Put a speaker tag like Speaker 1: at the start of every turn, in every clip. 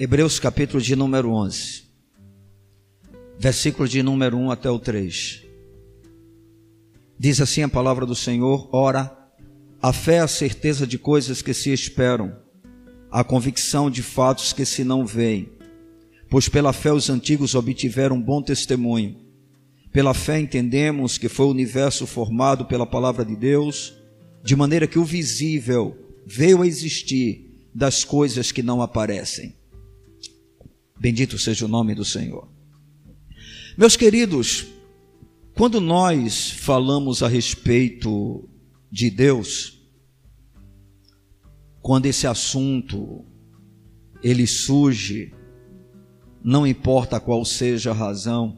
Speaker 1: Hebreus capítulo de número 11, versículo de número 1 até o 3. Diz assim a palavra do Senhor: ora, a fé é a certeza de coisas que se esperam, a convicção de fatos que se não veem. Pois pela fé os antigos obtiveram bom testemunho. Pela fé entendemos que foi o universo formado pela palavra de Deus, de maneira que o visível veio a existir das coisas que não aparecem. Bendito seja o nome do Senhor. Meus queridos, quando nós falamos a respeito de Deus, quando esse assunto ele surge, não importa qual seja a razão,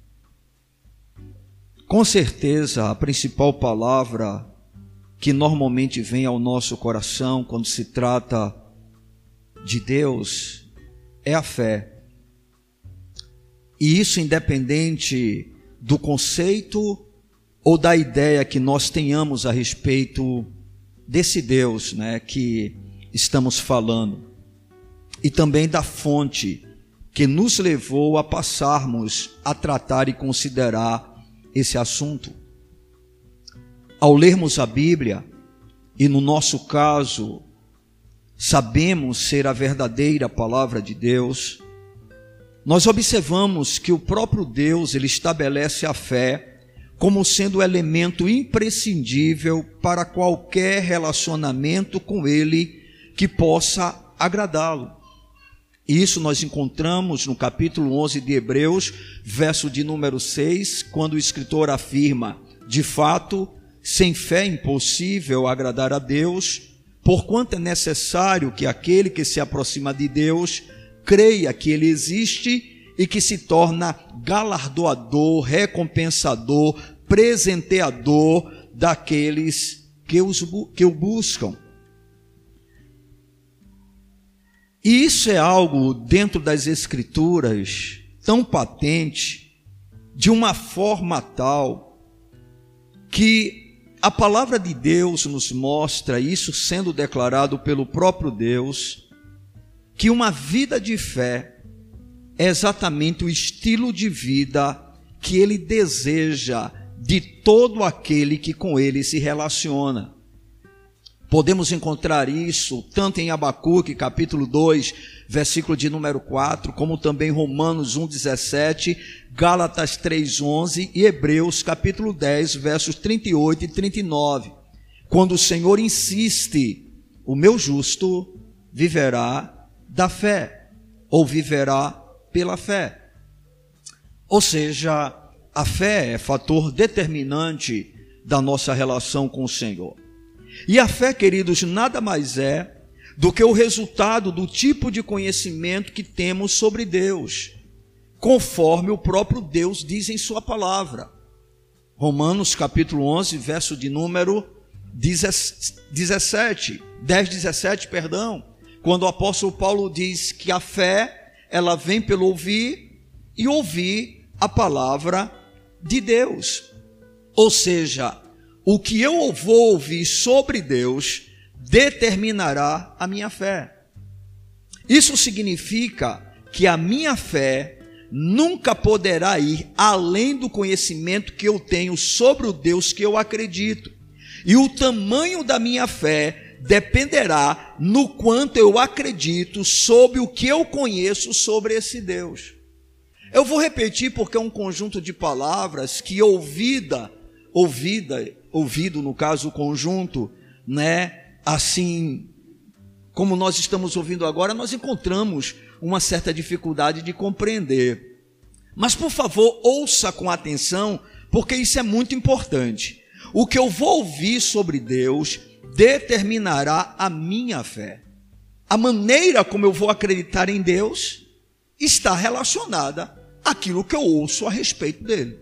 Speaker 1: com certeza a principal palavra que normalmente vem ao nosso coração quando se trata de Deus é a fé. E isso independente do conceito ou da ideia que nós tenhamos a respeito desse Deus, né, que estamos falando. E também da fonte que nos levou a passarmos a tratar e considerar esse assunto. Ao lermos a Bíblia, e no nosso caso, sabemos ser a verdadeira palavra de Deus, nós observamos que o próprio Deus, ele estabelece a fé como sendo o elemento imprescindível para qualquer relacionamento com Ele que possa agradá-lo. E isso nós encontramos no capítulo 11 de Hebreus, verso de número 6, quando o escritor afirma: de fato, sem fé é impossível agradar a Deus, porquanto é necessário que aquele que se aproxima de Deus creia que Ele existe e que se torna galardoador, recompensador, presenteador daqueles que o buscam. E isso é algo dentro das Escrituras tão patente, de uma forma tal, que a palavra de Deus nos mostra, isso sendo declarado pelo próprio Deus, que uma vida de fé é exatamente o estilo de vida que Ele deseja de todo aquele que com Ele se relaciona. Podemos encontrar isso tanto em Abacuque, capítulo 2, versículo de número 4, como também Romanos 1,17, Gálatas 3,11 e Hebreus, capítulo 10, versos 38 e 39, quando o Senhor insiste: o meu justo viverá da fé, ou viverá pela fé. Ou seja, a fé é fator determinante da nossa relação com o Senhor. E a fé, queridos, nada mais é do que o resultado do tipo de conhecimento que temos sobre Deus, conforme o próprio Deus diz em sua palavra. Romanos capítulo 11, verso de número 17, quando o apóstolo Paulo diz que a fé, ela vem pelo ouvir e ouvir a palavra de Deus. Ou seja, o que eu vou ouvir sobre Deus determinará a minha fé. Isso significa que a minha fé nunca poderá ir além do conhecimento que eu tenho sobre o Deus que eu acredito. E o tamanho da minha fé dependerá no quanto eu acredito sobre o que eu conheço sobre esse Deus. Eu vou repetir porque é um conjunto de palavras que ouvido no caso o conjunto, né, assim como nós estamos ouvindo agora, nós encontramos uma certa dificuldade de compreender. Mas por favor, ouça com atenção, porque isso é muito importante. O que eu vou ouvir sobre Deus determinará a minha fé. A maneira como eu vou acreditar em Deus está relacionada àquilo que eu ouço a respeito dele.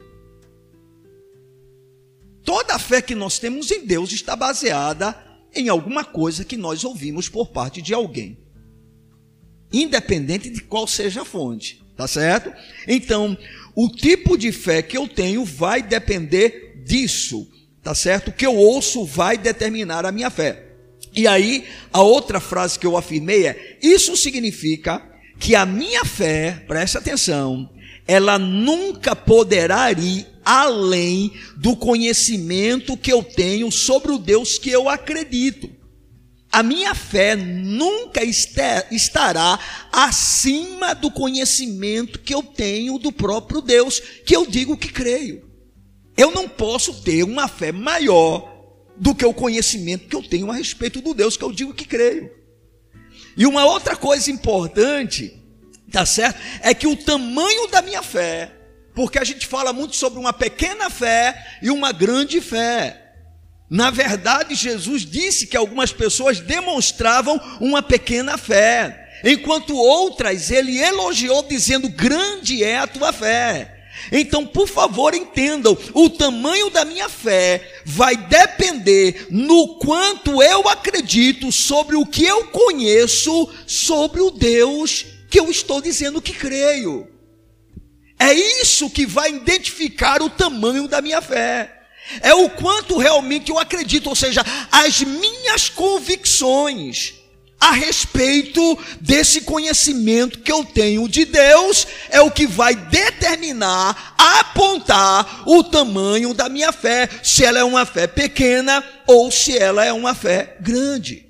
Speaker 1: Toda a fé que nós temos em Deus está baseada em alguma coisa que nós ouvimos por parte de alguém, independente de qual seja a fonte, tá certo? Então, o tipo de fé que eu tenho vai depender disso, tá certo? O que eu ouço vai determinar a minha fé. E aí, a outra frase que eu afirmei é: isso significa que a minha fé, preste atenção, ela nunca poderá ir além do conhecimento que eu tenho sobre o Deus que eu acredito. A minha fé nunca estará acima do conhecimento que eu tenho do próprio Deus, que eu digo que creio. Eu não posso ter uma fé maior do que o conhecimento que eu tenho a respeito do Deus que eu digo que creio. E uma outra coisa importante, tá certo? É que o tamanho da minha fé, porque a gente fala muito sobre uma pequena fé e uma grande fé. Na verdade, Jesus disse que algumas pessoas demonstravam uma pequena fé, enquanto outras ele elogiou dizendo: grande é a tua fé. Então, por favor, entendam, o tamanho da minha fé vai depender no quanto eu acredito sobre o que eu conheço sobre o Deus que eu estou dizendo que creio. É isso que vai identificar o tamanho da minha fé. É o quanto realmente eu acredito, ou seja, as minhas convicções a respeito desse conhecimento que eu tenho de Deus é o que vai determinar, apontar o tamanho da minha fé, se ela é uma fé pequena ou se ela é uma fé grande.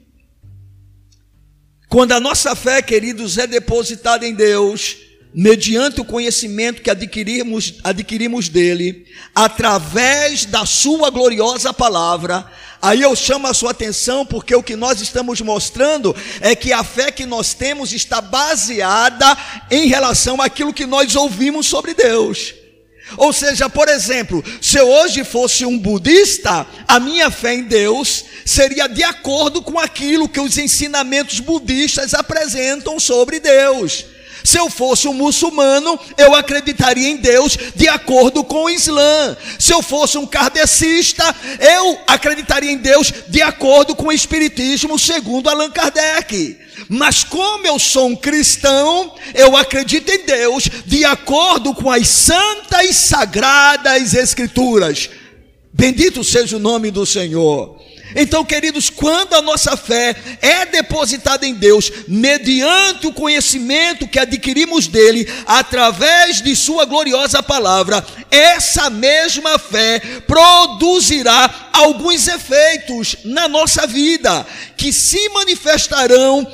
Speaker 1: Quando a nossa fé, queridos, é depositada em Deus, mediante o conhecimento que adquirimos dele, através da sua gloriosa palavra, aí eu chamo a sua atenção, porque o que nós estamos mostrando é que a fé que nós temos está baseada em relação àquilo que nós ouvimos sobre Deus. Ou seja, por exemplo, se eu hoje fosse um budista, a minha fé em Deus seria de acordo com aquilo que os ensinamentos budistas apresentam sobre Deus. Se eu fosse um muçulmano, eu acreditaria em Deus de acordo com o Islã. Se eu fosse um kardecista, eu acreditaria em Deus de acordo com o Espiritismo segundo Allan Kardec. Mas como eu sou um cristão, eu acredito em Deus de acordo com as santas e sagradas Escrituras. Bendito seja o nome do Senhor. Então, queridos, quando a nossa fé é depositada em Deus, mediante o conhecimento que adquirimos dele, através de sua gloriosa palavra, essa mesma fé produzirá alguns efeitos na nossa vida, que se manifestarão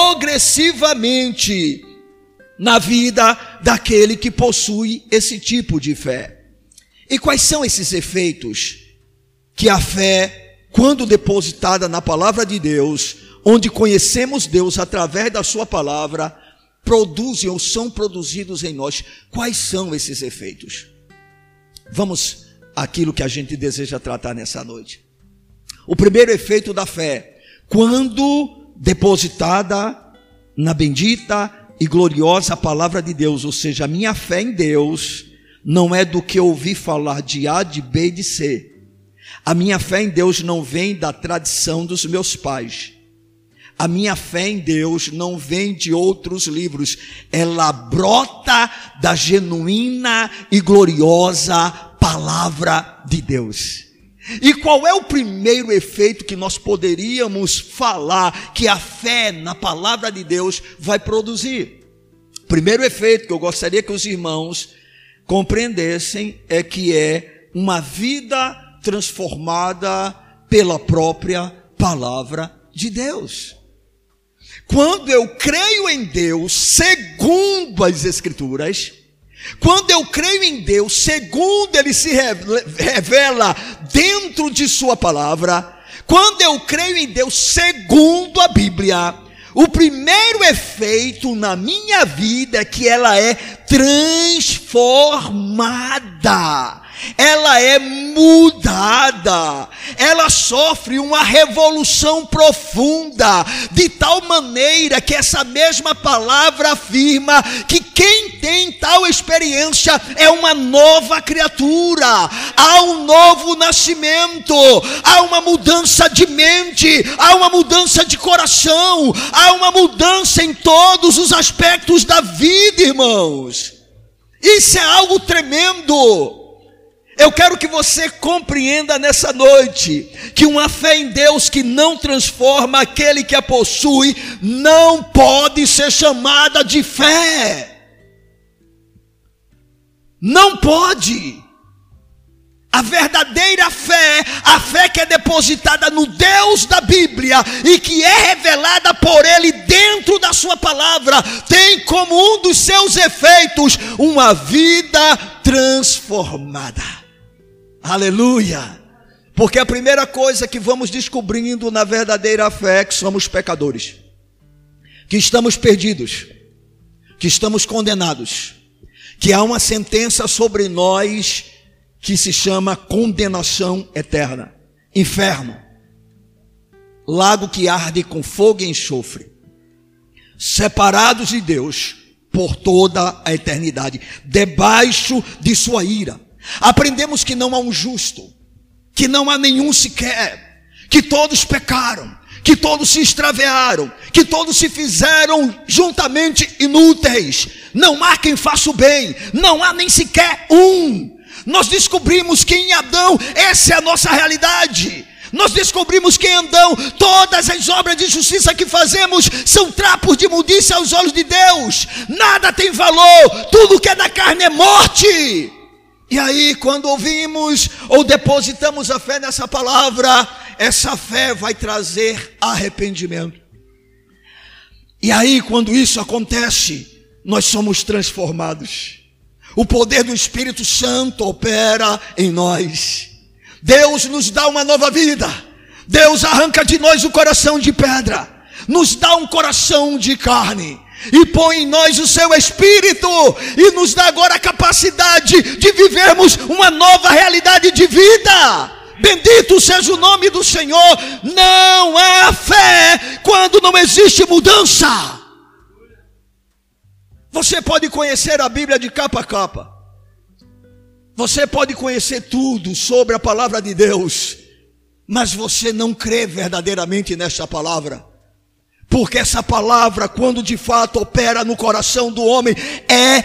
Speaker 1: progressivamente na vida daquele que possui esse tipo de fé. E quais são esses efeitos que a fé, quando depositada na palavra de Deus, onde conhecemos Deus através da sua palavra, produzem ou são produzidos em nós? Quais são esses efeitos? Vamos àquilo que a gente deseja tratar nessa noite. O primeiro efeito da fé, quando depositada na bendita e gloriosa palavra de Deus, ou seja, a minha fé em Deus não é do que ouvi falar de A, de B e de C. A minha fé em Deus não vem da tradição dos meus pais. A minha fé em Deus não vem de outros livros. Ela brota da genuína e gloriosa palavra de Deus. E qual é o primeiro efeito que nós poderíamos falar que a fé na palavra de Deus vai produzir? O primeiro efeito que eu gostaria que os irmãos compreendessem é que é uma vida transformada pela própria palavra de Deus. Quando eu creio em Deus segundo as Escrituras, quando eu creio em Deus segundo Ele se revela dentro de sua palavra, quando eu creio em Deus segundo a Bíblia, o primeiro efeito na minha vida é que ela é transformada. Ela é mudada, ela sofre uma revolução profunda, de tal maneira que essa mesma palavra afirma que quem tem tal experiência é uma nova criatura, há um novo nascimento, há uma mudança de mente, há uma mudança de coração, há uma mudança em todos os aspectos da vida, irmãos. Isso é algo tremendo. Eu quero que você compreenda nessa noite que uma fé em Deus que não transforma aquele que a possui não pode ser chamada de fé. Não pode. A verdadeira fé, a fé que é depositada no Deus da Bíblia e que é revelada por Ele dentro da sua palavra, tem como um dos seus efeitos uma vida transformada. Aleluia! Porque a primeira coisa que vamos descobrindo na verdadeira fé é que somos pecadores, que estamos perdidos, que estamos condenados, que há uma sentença sobre nós que se chama condenação eterna, inferno, lago que arde com fogo e enxofre, separados de Deus por toda a eternidade, debaixo de sua ira. Aprendemos que não há um justo, que não há nenhum sequer, que todos pecaram, que todos se extraviaram, que todos se fizeram juntamente inúteis. Não há quem faça o bem, não há nem sequer um. Nós descobrimos que em Adão, essa é a nossa realidade. Nós descobrimos que em Adão, todas as obras de justiça que fazemos são trapos de imundícia aos olhos de Deus. Nada tem valor, tudo que é da carne é morte. E aí, quando ouvimos ou depositamos a fé nessa palavra, essa fé vai trazer arrependimento. E aí, quando isso acontece, nós somos transformados. O poder do Espírito Santo opera em nós. Deus nos dá uma nova vida. Deus arranca de nós o coração de pedra, nos dá um coração de carne e põe em nós o seu Espírito e nos dá agora a capacidade de vivermos uma nova realidade de vida. Bendito seja o nome do Senhor. Não há fé quando não existe mudança. Você pode conhecer a Bíblia de capa a capa. Você pode conhecer tudo sobre a palavra de Deus, mas você não crê verdadeiramente nessa palavra. Porque essa palavra, quando de fato opera no coração do homem, é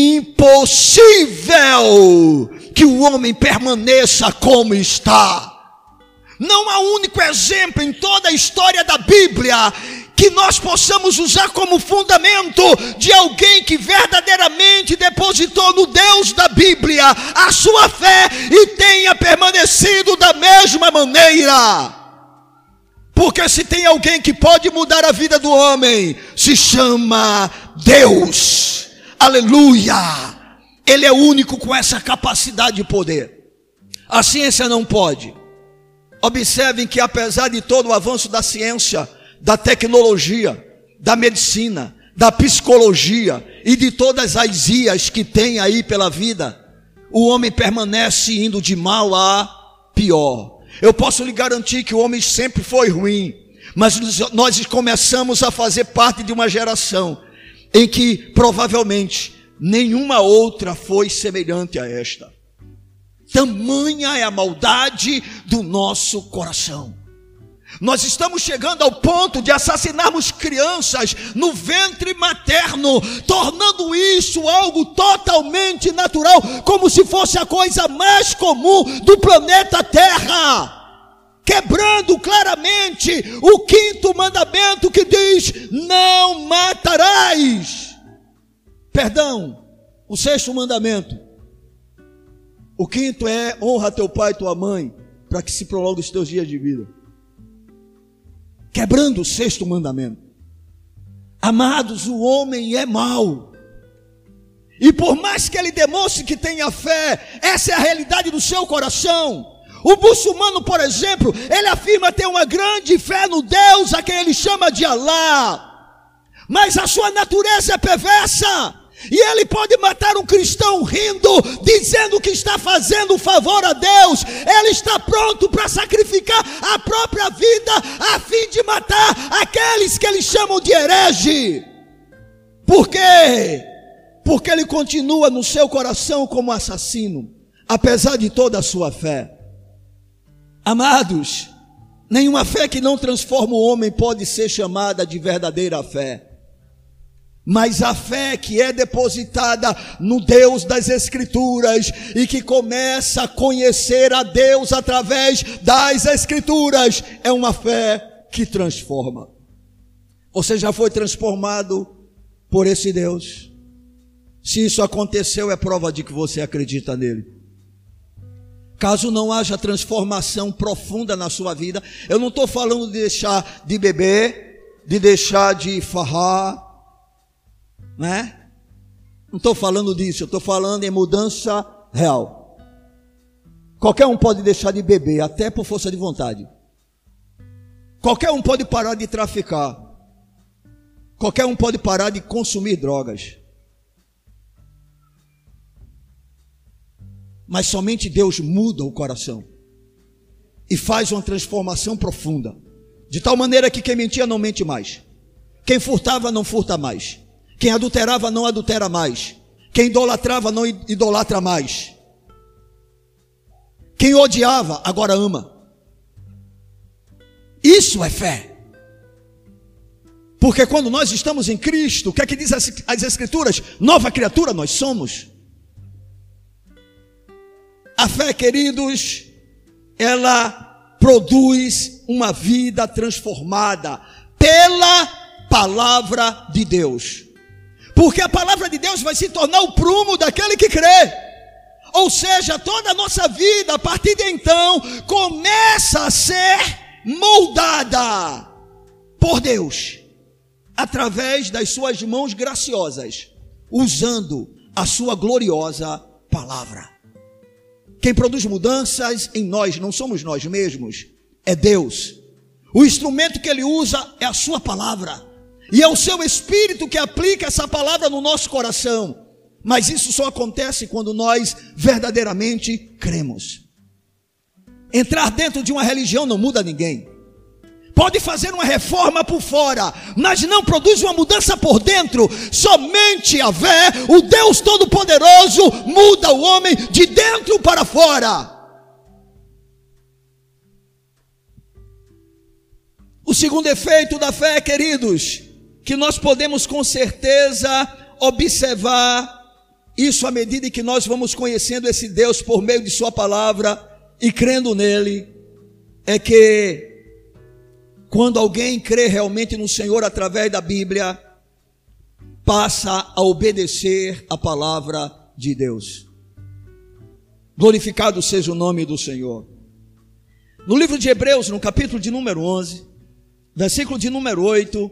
Speaker 1: impossível que o homem permaneça como está. Não há único exemplo em toda a história da Bíblia que nós possamos usar como fundamento de alguém que verdadeiramente depositou no Deus da Bíblia a sua fé e tenha permanecido da mesma maneira. Porque se tem alguém que pode mudar a vida do homem, se chama Deus. Aleluia! Ele é o único com essa capacidade de poder. A ciência não pode. Observem que apesar de todo o avanço da ciência, da tecnologia, da medicina, da psicologia e de todas as IAs que tem aí pela vida, o homem permanece indo de mal a pior. Eu posso lhe garantir que o homem sempre foi ruim, mas nós começamos a fazer parte de uma geração em que provavelmente nenhuma outra foi semelhante a esta. Tamanha é a maldade do nosso coração. Nós estamos chegando ao ponto de assassinarmos crianças no ventre materno, tornando isso algo totalmente natural, como se fosse a coisa mais comum do planeta Terra, quebrando claramente o 5º mandamento que diz: não matarás. Perdão, o 6º mandamento. O 5º é: honra teu pai e tua mãe, para que se prolongue os teus dias de vida. Quebrando o 6º mandamento. Amados, o homem é mau. E por mais que ele demonstre que tenha fé, essa é a realidade do seu coração. O muçulmano, por exemplo, ele afirma ter uma grande fé no Deus a quem ele chama de Alá. Mas a sua natureza é perversa. E ele pode matar um cristão rindo, dizendo que está fazendo um favor a Deus. Ele está pronto para sacrificar a própria vida a fim de matar aqueles que eles chamam de herege. Por quê? Porque ele continua no seu coração como assassino, apesar de toda a sua fé. Amados, nenhuma fé que não transforma o homem pode ser chamada de verdadeira fé. Mas a fé que é depositada no Deus das Escrituras e que começa a conhecer a Deus através das Escrituras, é uma fé que transforma. Você já foi transformado por esse Deus? Se isso aconteceu, é prova de que você acredita nele. Caso não haja transformação profunda na sua vida, eu não estou falando de deixar de beber, de deixar de farrar, né? Não estou falando disso, eu estou falando em mudança real. Qualquer um pode deixar de beber, até por força de vontade. Qualquer um pode parar de traficar. Qualquer um pode parar de consumir drogas. Mas somente Deus muda o coração e faz uma transformação profunda, de tal maneira que quem mentia não mente mais, quem furtava não furta mais, quem adulterava não adultera mais, quem idolatrava não idolatra mais, quem odiava agora ama. Isso é fé. Porque quando nós estamos em Cristo, o que é que diz as Escrituras? Nova criatura nós somos. A fé, queridos, ela produz uma vida transformada pela palavra de Deus. Porque a palavra de Deus vai se tornar o prumo daquele que crê. Ou seja, toda a nossa vida, a partir de então, começa a ser moldada por Deus, através das suas mãos graciosas, usando a sua gloriosa palavra. Quem produz mudanças em nós não somos nós mesmos, é Deus. O instrumento que Ele usa é a sua palavra, e é o seu Espírito que aplica essa palavra no nosso coração. Mas isso só acontece quando nós verdadeiramente cremos. Entrar dentro de uma religião não muda ninguém. Pode fazer uma reforma por fora, mas não produz uma mudança por dentro. Somente a fé, o Deus Todo-Poderoso, muda o homem de dentro para fora. O segundo efeito da fé, queridos, que nós podemos com certeza observar isso à medida que nós vamos conhecendo esse Deus por meio de sua palavra e crendo nele, é que quando alguém crê realmente no Senhor através da Bíblia, passa a obedecer a palavra de Deus. Glorificado seja o nome do Senhor. No livro de Hebreus, no capítulo de número 11, versículo de número 8,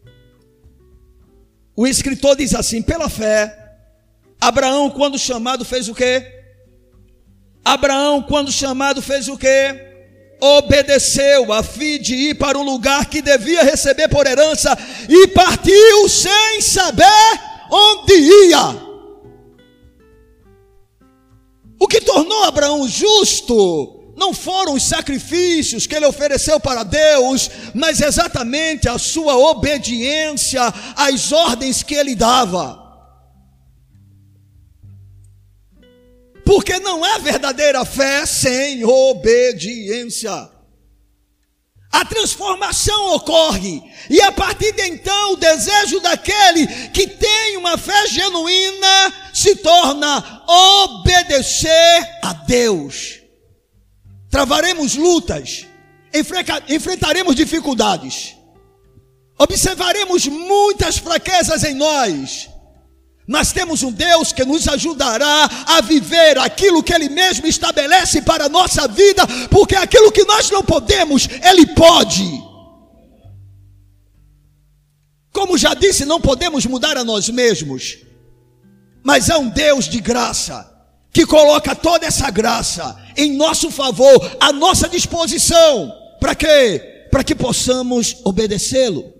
Speaker 1: o escritor diz assim: pela fé, Abraão, quando chamado, fez o quê? Abraão, quando chamado, fez o quê? Obedeceu a fim de ir para o lugar que devia receber por herança e partiu sem saber onde ia. O que tornou Abraão justo não foram os sacrifícios que ele ofereceu para Deus, mas exatamente a sua obediência às ordens que ele dava. Porque não há verdadeira fé sem obediência. A transformação ocorre, e a partir de então o desejo daquele que tem uma fé genuína se torna obedecer a Deus. Travaremos lutas, enfrentaremos dificuldades, observaremos muitas fraquezas em nós, mas temos um Deus que nos ajudará a viver aquilo que Ele mesmo estabelece para a nossa vida, porque aquilo que nós não podemos, Ele pode. Como já disse, não podemos mudar a nós mesmos, mas há um Deus de graça, que coloca toda essa graça em nosso favor, à nossa disposição. Para quê? Para que possamos obedecê-lo.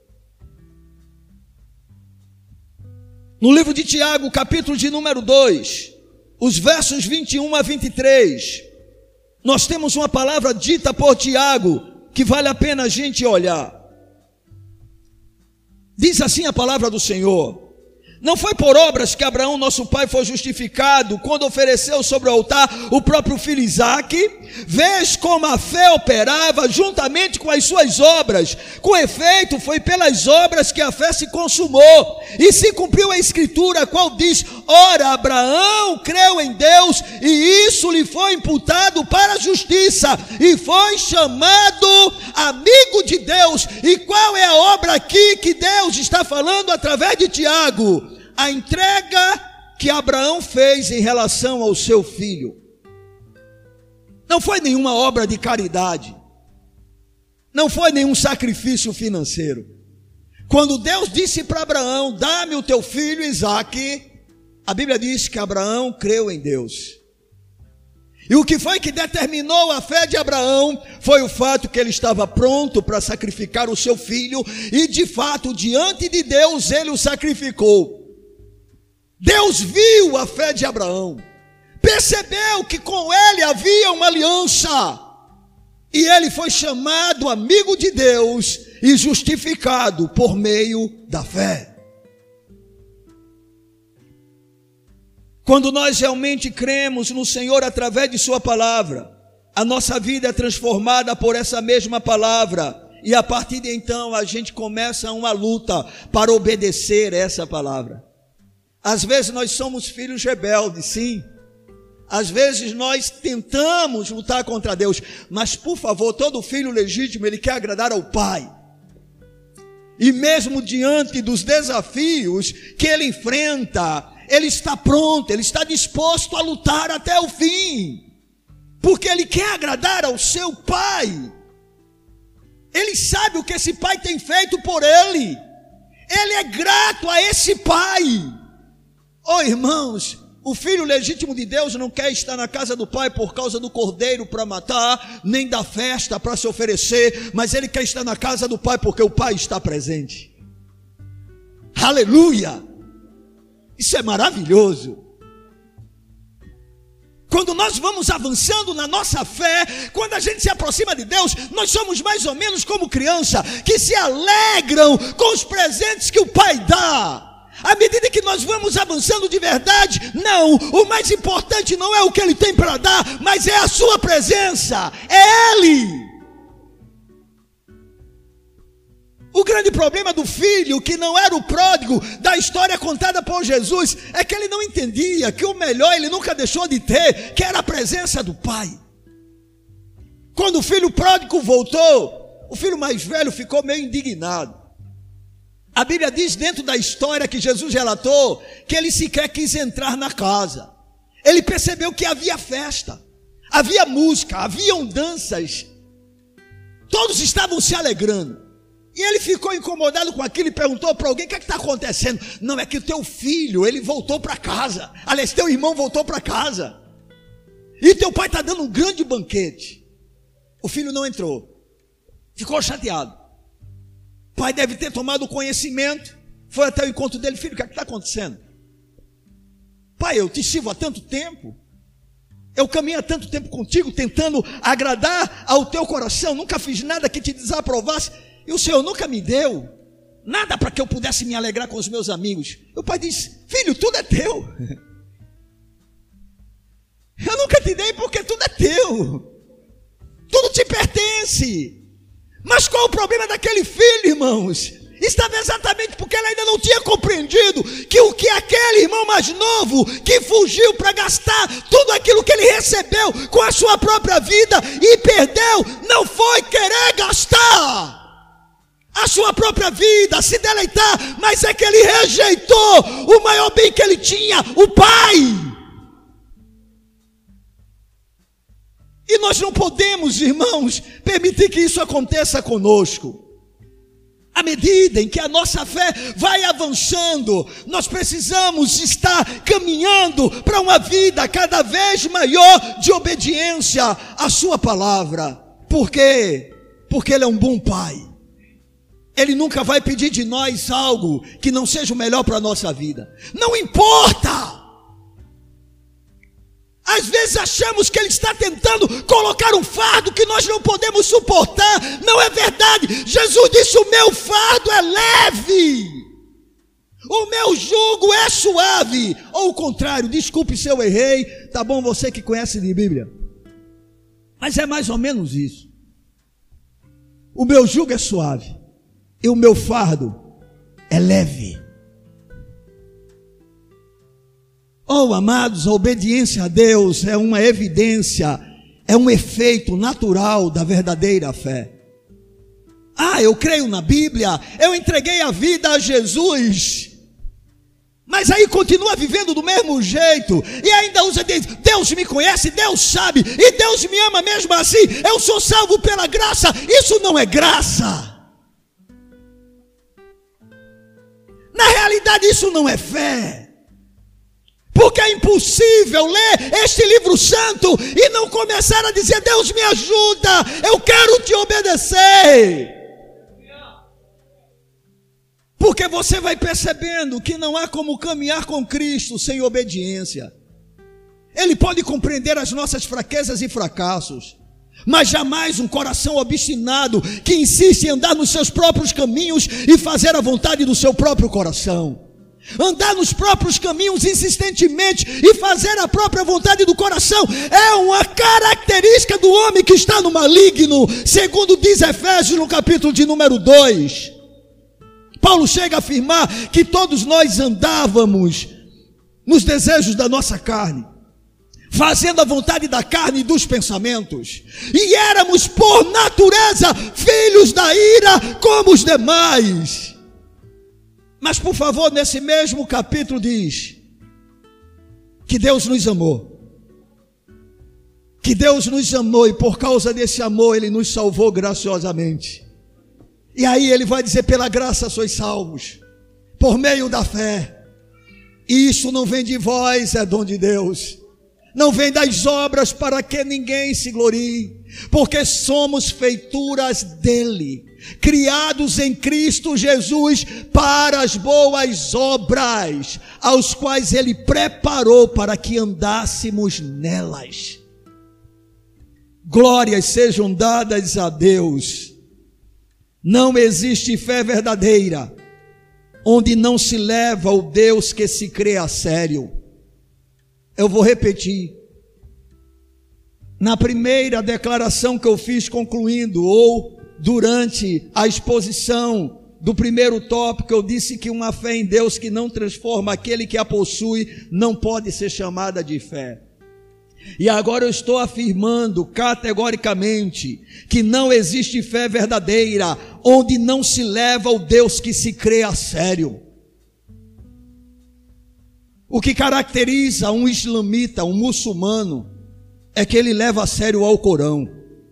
Speaker 1: No livro de Tiago, capítulo de número 2, os versos 21 a 23, nós temos uma palavra dita por Tiago, que vale a pena a gente olhar. Diz assim a palavra do Senhor: Não foi por obras que Abraão, nosso pai, foi justificado quando ofereceu sobre o altar o próprio filho Isaque? Vês como a fé operava juntamente com as suas obras. Com efeito, foi pelas obras que a fé se consumou. E se cumpriu a escritura, a qual diz: ora, Abraão creu em Deus, e isso lhe foi imputado para a justiça, e foi chamado amigo de Deus. E qual é a obra aqui que Deus está falando através de Tiago? A entrega que Abraão fez em relação ao seu filho. Não foi nenhuma obra de caridade, não foi nenhum sacrifício financeiro. Quando Deus disse para Abraão: dá-me o teu filho Isaque, a Bíblia diz que Abraão creu em Deus. E o que foi que determinou a fé de Abraão foi o fato que ele estava pronto para sacrificar o seu filho, e de fato, diante de Deus, ele o sacrificou. Deus viu a fé de Abraão, percebeu que com ele havia uma aliança, e ele foi chamado amigo de Deus e justificado por meio da fé. Quando nós realmente cremos no Senhor através de sua palavra, a nossa vida é transformada por essa mesma palavra, e a partir de então a gente começa uma luta para obedecer essa palavra. Às vezes nós somos filhos rebeldes, sim. Às vezes nós tentamos lutar contra Deus, mas por favor, todo filho legítimo, ele quer agradar ao pai. E mesmo diante dos desafios que ele enfrenta, ele está pronto, ele está disposto a lutar até o fim, porque ele quer agradar ao seu pai. Ele sabe o que esse pai tem feito por ele, ele é grato a esse pai. Oh irmãos, o filho legítimo de Deus não quer estar na casa do pai por causa do cordeiro para matar, nem da festa para se oferecer, mas ele quer estar na casa do pai porque o pai está presente. Aleluia! Isso é maravilhoso. Quando nós vamos avançando na nossa fé, quando a gente se aproxima de Deus, nós somos mais ou menos como criança que se alegram com os presentes que o pai dá. À medida que nós vamos avançando de verdade, não, o mais importante não é o que ele tem para dar, mas é a sua presença, é ele. O grande problema do filho, que não era o pródigo da história contada por Jesus, é que ele não entendia que o melhor ele nunca deixou de ter, que era a presença do pai. Quando o filho pródigo voltou, o filho mais velho ficou meio indignado. A Bíblia diz dentro da história que Jesus relatou, que ele sequer quis entrar na casa. Ele percebeu que havia festa, havia música, haviam danças, todos estavam se alegrando. E ele ficou incomodado com aquilo e perguntou para alguém: o que está acontecendo? Não, é que o teu filho, ele voltou para casa. Aliás, teu irmão voltou para casa, e teu pai está dando um grande banquete. O filho não entrou, ficou chateado. O pai deve ter tomado conhecimento, foi até o encontro dele: filho, o que está acontecendo? Pai, eu te sirvo há tanto tempo, eu caminho há tanto tempo contigo, tentando agradar ao teu coração, nunca fiz nada que te desaprovasse, e o Senhor nunca me deu nada para que eu pudesse me alegrar com os meus amigos. E o pai diz: filho, tudo é teu. Eu nunca te dei porque tudo é teu, tudo te pertence. Mas qual o problema daquele filho, irmãos? Estava exatamente porque ele ainda não tinha compreendido que o que aquele irmão mais novo, que fugiu para gastar tudo aquilo que ele recebeu com a sua própria vida e perdeu, não foi querer gastar a sua própria vida, se deleitar, mas é que ele rejeitou o maior bem que ele tinha, o pai. E nós não podemos, irmãos, permitir que isso aconteça conosco. À medida em que a nossa fé vai avançando, nós precisamos estar caminhando para uma vida cada vez maior de obediência à sua palavra. Por quê? Porque ele é um bom pai. Ele nunca vai pedir de nós algo que não seja o melhor para a nossa vida. Não importa. Às vezes achamos que ele está tentando colocar um fardo que nós não podemos suportar. Não é verdade. Jesus disse: o meu fardo é leve,
Speaker 2: O meu jugo é suave. Ou o contrário, desculpe se eu errei, tá bom, você que conhece de Bíblia. Mas é mais ou menos isso. O meu jugo é suave e o meu fardo é leve. Oh, amados, a obediência a Deus é uma evidência, é um efeito natural da verdadeira fé. Ah, eu creio na Bíblia, eu entreguei a vida a Jesus, mas aí continua vivendo do mesmo jeito, e ainda usa Deus me conhece, Deus sabe, e Deus me ama mesmo assim, eu sou salvo pela graça. Isso não é graça. Na realidade isso não é fé. Porque é impossível ler este livro santo e não começar a dizer: Deus me ajuda, eu quero te obedecer. Porque você vai percebendo que não há como caminhar com Cristo sem obediência. Ele pode compreender as nossas fraquezas e fracassos, mas jamais um coração obstinado que insiste em andar nos seus próprios caminhos e fazer a vontade do seu próprio coração. Andar nos próprios caminhos insistentemente e fazer a própria vontade do coração é uma característica do homem que está no maligno, segundo diz Efésios no capítulo de número 2. Paulo chega a afirmar que todos nós andávamos nos desejos da nossa carne, fazendo a vontade da carne e dos pensamentos, e éramos por natureza filhos da ira como os demais. Mas por favor, nesse mesmo capítulo diz que Deus nos amou. Que Deus nos amou e por causa desse amor Ele nos salvou graciosamente. E aí Ele vai dizer: pela graça sois salvos, por meio da fé. E isso não vem de vós, é dom de Deus. Não vem das obras para que ninguém se glorie, porque somos feituras dele, criados em Cristo Jesus para as boas obras, aos quais Ele preparou para que andássemos nelas. Glórias sejam dadas a Deus. Não existe fé verdadeira onde não se leva o Deus que se crê a sério. Eu vou repetir. Na primeira declaração que eu fiz concluindo, ou durante a exposição do primeiro tópico, eu disse que uma fé em Deus que não transforma aquele que a possui não pode ser chamada de fé. E agora eu estou afirmando categoricamente que não existe fé verdadeira onde não se leva o Deus que se crê a sério. O que caracteriza um islamita, um muçulmano, é que ele leva a sério o Alcorão.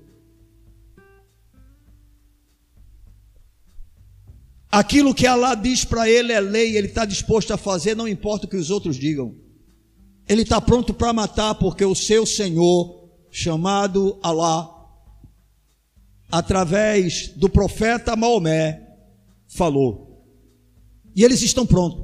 Speaker 2: Aquilo que Allah diz para ele é lei, ele está disposto a fazer, não importa o que os outros digam. Ele está pronto para matar, porque o seu Senhor, chamado Allah, através do profeta Maomé, falou. E eles estão prontos.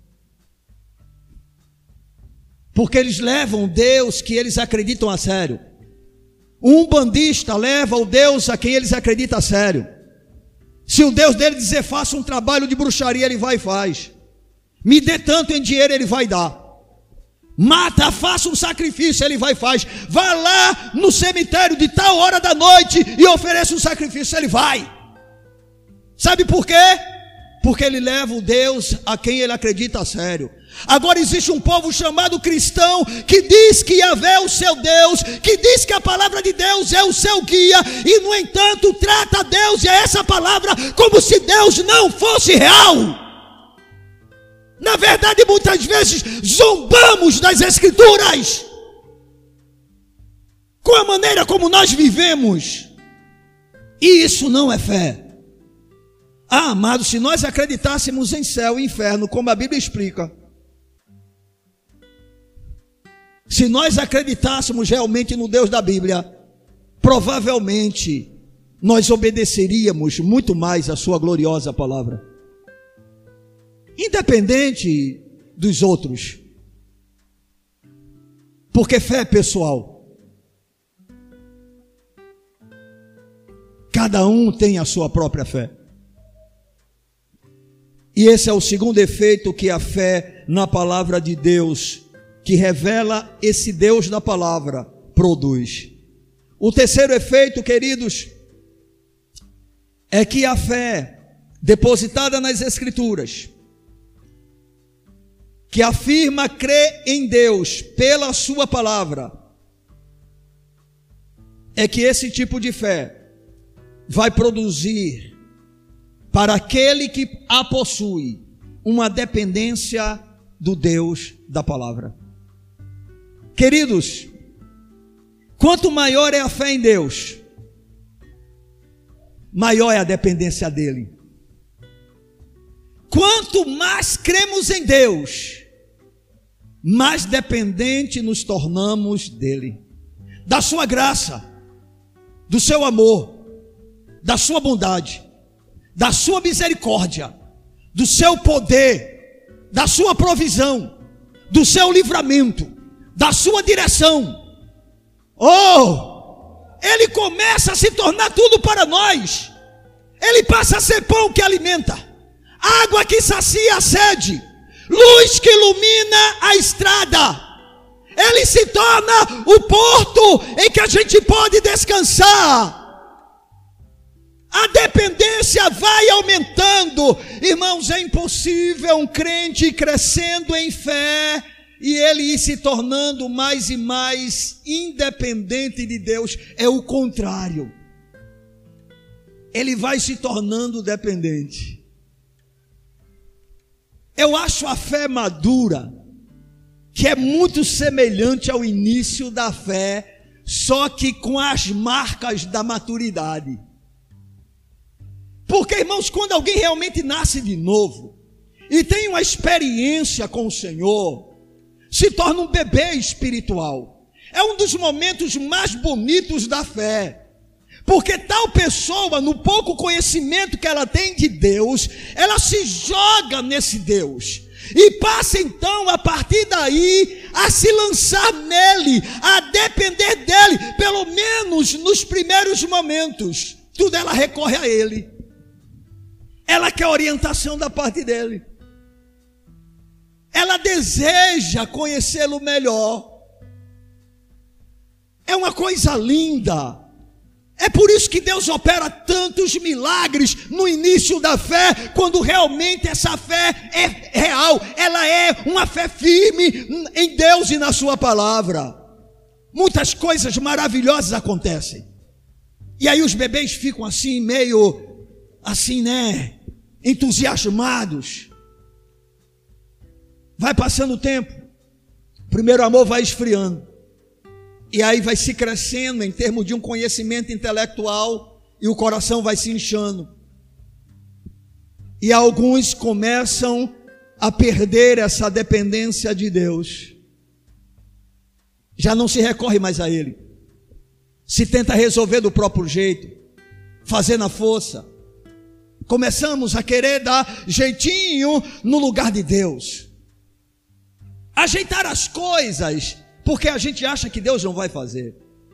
Speaker 2: Porque eles levam Deus que eles acreditam a sério. Um bandista leva o Deus a quem eles acreditam a sério. Se o Deus dele dizer faça um trabalho de bruxaria, ele vai e faz. Me dê tanto em dinheiro, ele vai dar. Mata, faça um sacrifício, ele vai e faz. Vá lá no cemitério de tal hora da noite e ofereça um sacrifício, ele vai. Sabe por quê? Porque ele leva o Deus a quem ele acredita a sério. Agora existe um povo chamado cristão que diz que Yahvé é o seu Deus, que diz que a palavra de Deus é o seu guia, e no entanto trata Deus e essa palavra como se Deus não fosse real. Na verdade, muitas vezes zombamos das Escrituras com a maneira como nós vivemos, e isso não é fé. Ah, amados, se nós acreditássemos em céu e inferno, como a Bíblia explica, se nós acreditássemos realmente no Deus da Bíblia, provavelmente nós obedeceríamos muito mais a sua gloriosa palavra, independente dos outros, porque fé é pessoal. Cada um tem a sua própria fé. E esse é o segundo efeito que a fé na palavra de Deus, que revela esse Deus da palavra, produz. O terceiro efeito, queridos, é que a fé depositada nas Escrituras, que afirma crer em Deus pela sua palavra, é que esse tipo de fé vai produzir para aquele que a possui uma dependência do Deus da palavra. Queridos, quanto maior é a fé em Deus, maior é a dependência dele. Quanto mais cremos em Deus, mais dependente nos tornamos dele, da sua graça, do seu amor, da sua bondade, da sua misericórdia, do seu poder, da sua provisão, do seu livramento, da sua direção. Ele começa a se tornar tudo para nós. Ele passa a ser pão que alimenta, água que sacia a sede, luz que ilumina a estrada. Ele se torna o porto em que a gente pode descansar. A dependência vai aumentando. Irmãos, é impossível um crente ir crescendo em fé e ele ir se tornando mais e mais independente de Deus. É o contrário. Ele vai se tornando dependente. Eu acho a fé madura, que é muito semelhante ao início da fé, só que com as marcas da maturidade. Porque, irmãos, quando alguém realmente nasce de novo e tem uma experiência com o Senhor, se torna um bebê espiritual. É um dos momentos mais bonitos da fé. Porque tal pessoa, no pouco conhecimento que ela tem de Deus, ela se joga nesse Deus e passa então, a partir daí, a se lançar nele, a depender dele, pelo menos nos primeiros momentos. Tudo ela recorre a ele. Ela quer orientação da parte dele. Ela deseja conhecê-lo melhor. É uma coisa linda. É por isso que Deus opera tantos milagres no início da fé, quando realmente essa fé é real. Ela é uma fé firme em Deus e na sua palavra. Muitas coisas maravilhosas acontecem. E aí os bebês ficam assim, meio assim, entusiasmados. Vai passando o tempo, o primeiro amor vai esfriando. E aí vai se crescendo em termos de um conhecimento intelectual e o coração vai se inchando. E alguns começam a perder essa dependência de Deus. Já não se recorre mais a Ele. Se tenta resolver do próprio jeito, fazer na força. Começamos a querer dar jeitinho no lugar de Deus. Ajeitar as coisas, porque a gente acha que Deus não vai fazer.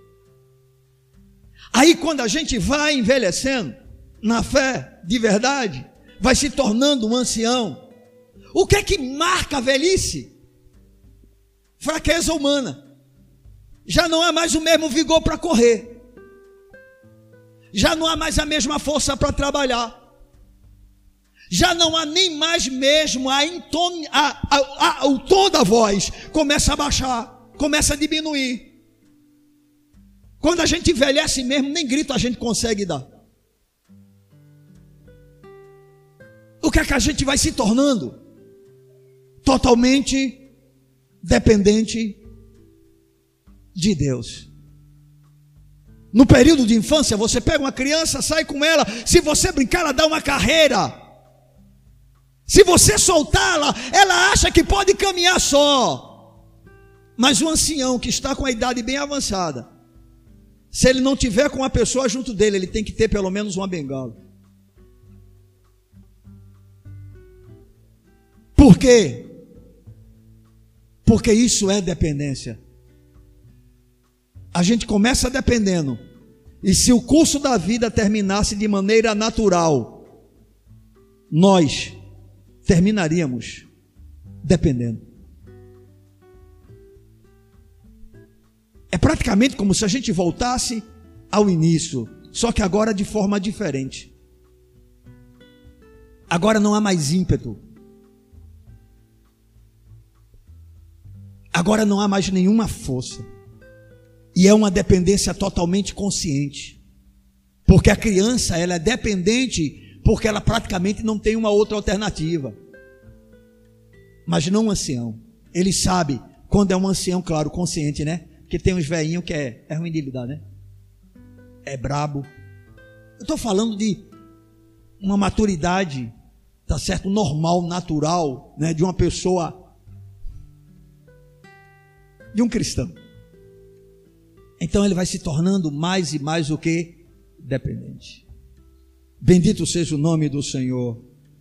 Speaker 2: Aí quando a gente vai envelhecendo na fé de verdade, vai se tornando um ancião. O que é que marca a velhice? Fraqueza humana. Já não há mais o mesmo vigor para correr. Já não há mais a mesma força para trabalhar. Já não há nem mais mesmo o tom da voz. Começa a baixar. Começa a diminuir. Quando a gente envelhece mesmo, nem grito a gente consegue dar. O que é que a gente vai se tornando? Totalmente dependente de Deus. No período de infância, você pega uma criança, sai com ela. Se você brincar, ela dá uma carreira. Se você soltá-la, ela acha que pode caminhar só. Mas o ancião que está com a idade bem avançada, se ele não tiver com uma pessoa junto dele, ele tem que ter pelo menos uma bengala. Por quê? Porque isso é dependência. A gente começa dependendo, e se o curso da vida terminasse de maneira natural, nós terminaríamos dependendo. É praticamente como se a gente voltasse ao início, só que agora de forma diferente. Agora não há mais ímpeto. Agora não há mais nenhuma força. E é uma dependência totalmente consciente. Porque a criança, ela é dependente porque ela praticamente não tem uma outra alternativa. Mas não um ancião. Ele sabe quando é um ancião, claro, consciente, né? Porque tem uns velhinhos que é ruim de lidar, né? É brabo. Eu estou falando de uma maturidade, tá certo? Normal, natural, né? De uma pessoa, de um cristão. Então ele vai se tornando mais e mais o que? Dependente. Bendito seja o nome do Senhor.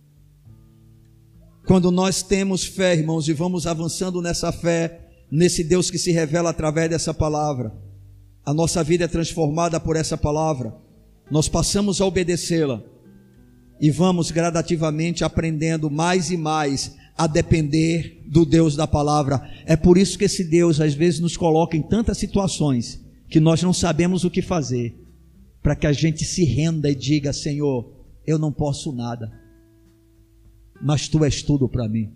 Speaker 2: Quando nós temos fé, irmãos, e vamos avançando nessa fé, nesse Deus que se revela através dessa palavra, a nossa vida é transformada por essa palavra, nós passamos a obedecê-la e vamos gradativamente aprendendo mais e mais a depender do Deus da palavra. É por isso que esse Deus às vezes nos coloca em tantas situações que nós não sabemos o que fazer, para que a gente se renda e diga: Senhor, eu não posso nada, mas Tu és tudo para mim.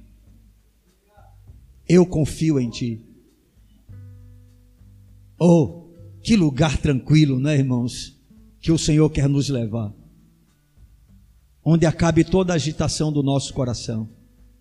Speaker 2: Eu confio em Ti. Oh, que lugar tranquilo, né, irmãos? Que o Senhor quer nos levar. Onde acabe toda a agitação do nosso coração.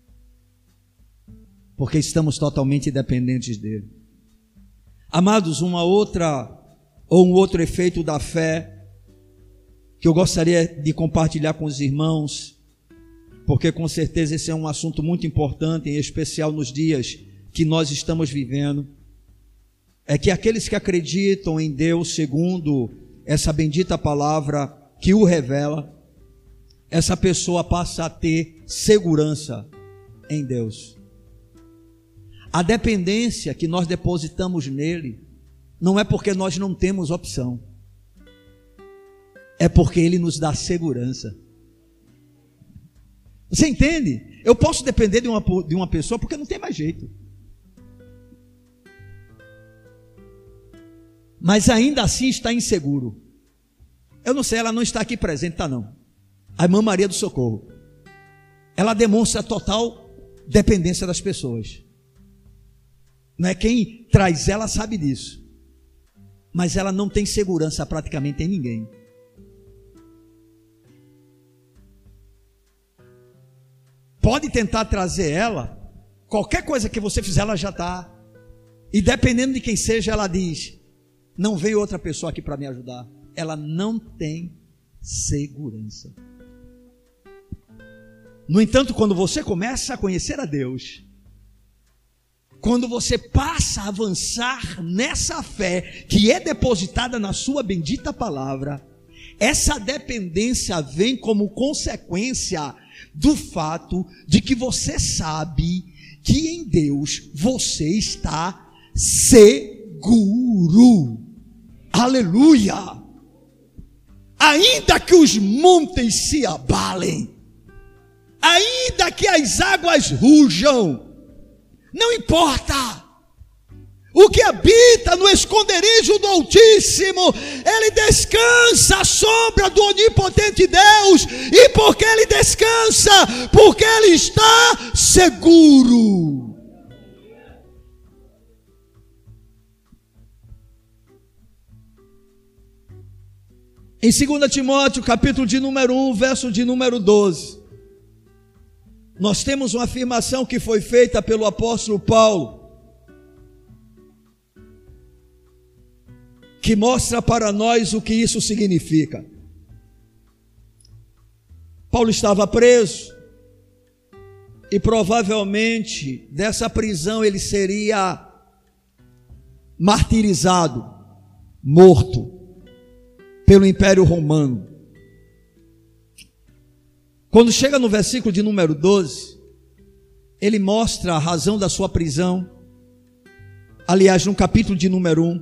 Speaker 2: Porque estamos totalmente dependentes dEle. Amados, um outro efeito da fé que eu gostaria de compartilhar com os irmãos, porque com certeza esse é um assunto muito importante, em especial nos dias que nós estamos vivendo, é que aqueles que acreditam em Deus segundo essa bendita palavra que o revela, essa pessoa passa a ter segurança em Deus. A dependência que nós depositamos nele não é porque nós não temos opção, é porque ele nos dá segurança. Você entende? Eu posso depender de uma pessoa porque não tem mais jeito. Mas ainda assim está inseguro. Eu não sei, ela não está aqui presente, tá não? A irmã Maria do Socorro. Ela demonstra total dependência das pessoas. Não é? Quem traz ela sabe disso. Mas ela não tem segurança praticamente em ninguém. Pode tentar trazer ela, qualquer coisa que você fizer ela já está. E dependendo de quem seja, ela diz: não veio outra pessoa aqui para me ajudar. Ela não tem segurança. No entanto, quando você começa a conhecer a Deus, quando você passa a avançar nessa fé que é depositada na sua bendita palavra, essa dependência vem como consequência do fato de que você sabe que em Deus você está seguro. Aleluia! Ainda que os montes se abalem, ainda que as águas rujam, não importa. O que habita no esconderijo do Altíssimo, ele descansa à sombra do onipotente Deus. E porque ele descansa? Porque ele está seguro. Em 2 Timóteo, capítulo de número 1, verso de número 12, nós temos uma afirmação que foi feita pelo apóstolo Paulo, que mostra para nós o que isso significa. Paulo estava preso, e provavelmente dessa prisão ele seria martirizado, morto pelo Império Romano. Quando chega no versículo de número 12, ele mostra a razão da sua prisão. Aliás, no capítulo de número 1.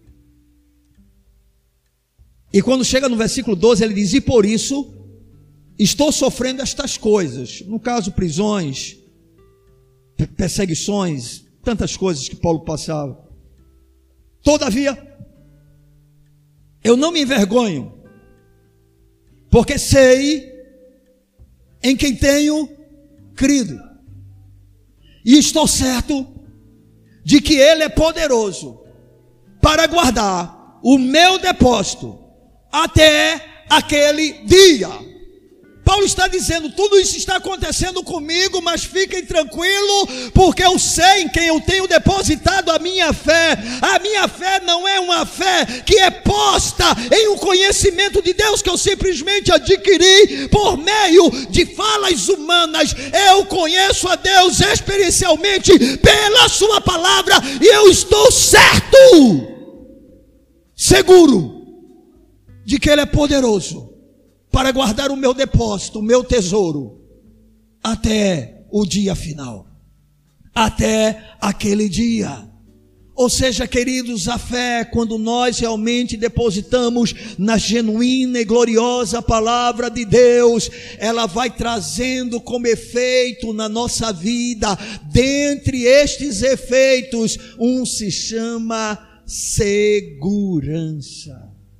Speaker 2: E quando chega no versículo 12, ele diz: e por isso estou sofrendo estas coisas, no caso prisões, perseguições, tantas coisas que Paulo passava. Todavia, eu não me envergonho, porque sei em quem tenho crido, e estou certo de que Ele é poderoso para guardar o meu depósito até aquele dia. Paulo está dizendo, tudo isso está acontecendo comigo, mas fiquem tranquilos, porque eu sei em quem eu tenho depositado a minha fé. A minha fé não é uma fé que é posta em um conhecimento de Deus que eu simplesmente adquiri por meio de falas humanas. Eu conheço a Deus experiencialmente pela sua palavra, e eu estou certo, seguro de que Ele é poderoso para guardar o meu depósito, o meu tesouro, até o dia final, até aquele dia. Ou seja, queridos, a fé, quando nós realmente depositamos na genuína e gloriosa palavra de Deus, ela vai trazendo como efeito na nossa vida, dentre estes efeitos, um se chama segurança.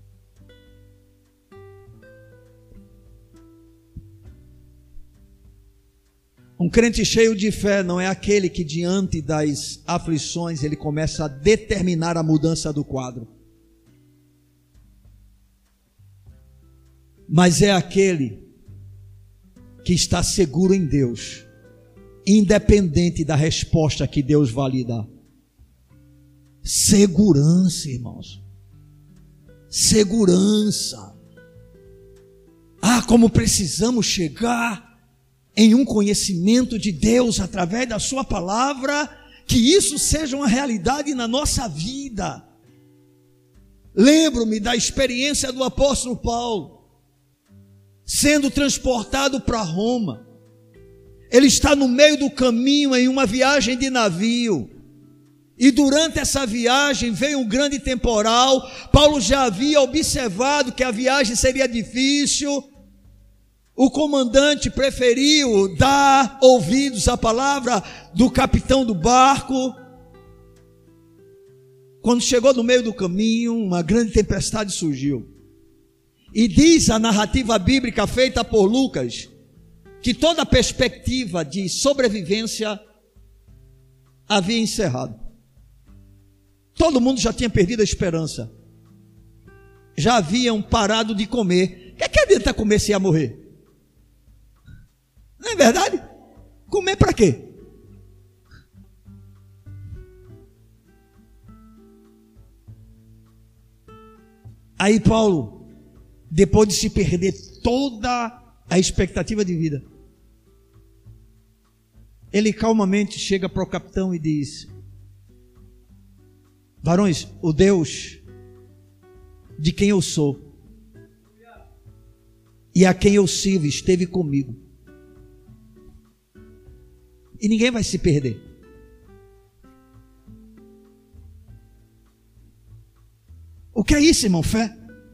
Speaker 2: Um crente cheio de fé não é aquele que diante das aflições ele começa a determinar a mudança do quadro, mas é aquele que está seguro em Deus, independente da resposta que Deus vai lhe dar. Segurança, irmãos, segurança. Como precisamos chegar em um conhecimento de Deus através da sua palavra, que isso seja uma realidade na nossa vida. Lembro-me da experiência do apóstolo Paulo, sendo transportado para Roma. Ele está no meio do caminho em uma viagem de navio, e durante essa viagem veio um grande temporal. Paulo já havia observado que a viagem seria difícil. O comandante preferiu dar ouvidos à palavra do capitão do barco. Quando chegou no meio do caminho, uma grande tempestade surgiu. E diz a narrativa bíblica feita por Lucas, que toda a perspectiva de sobrevivência havia encerrado. Todo mundo já tinha perdido a esperança. Já haviam parado de comer. O que adianta comer se ia morrer? Não é verdade? Comer para quê? Aí Paulo, depois de se perder toda a expectativa de vida, ele calmamente chega para o capitão e diz: varões, o Deus de quem eu sou e a quem eu sirvo esteve comigo, e ninguém vai se perder. O que é isso, irmão? Fé.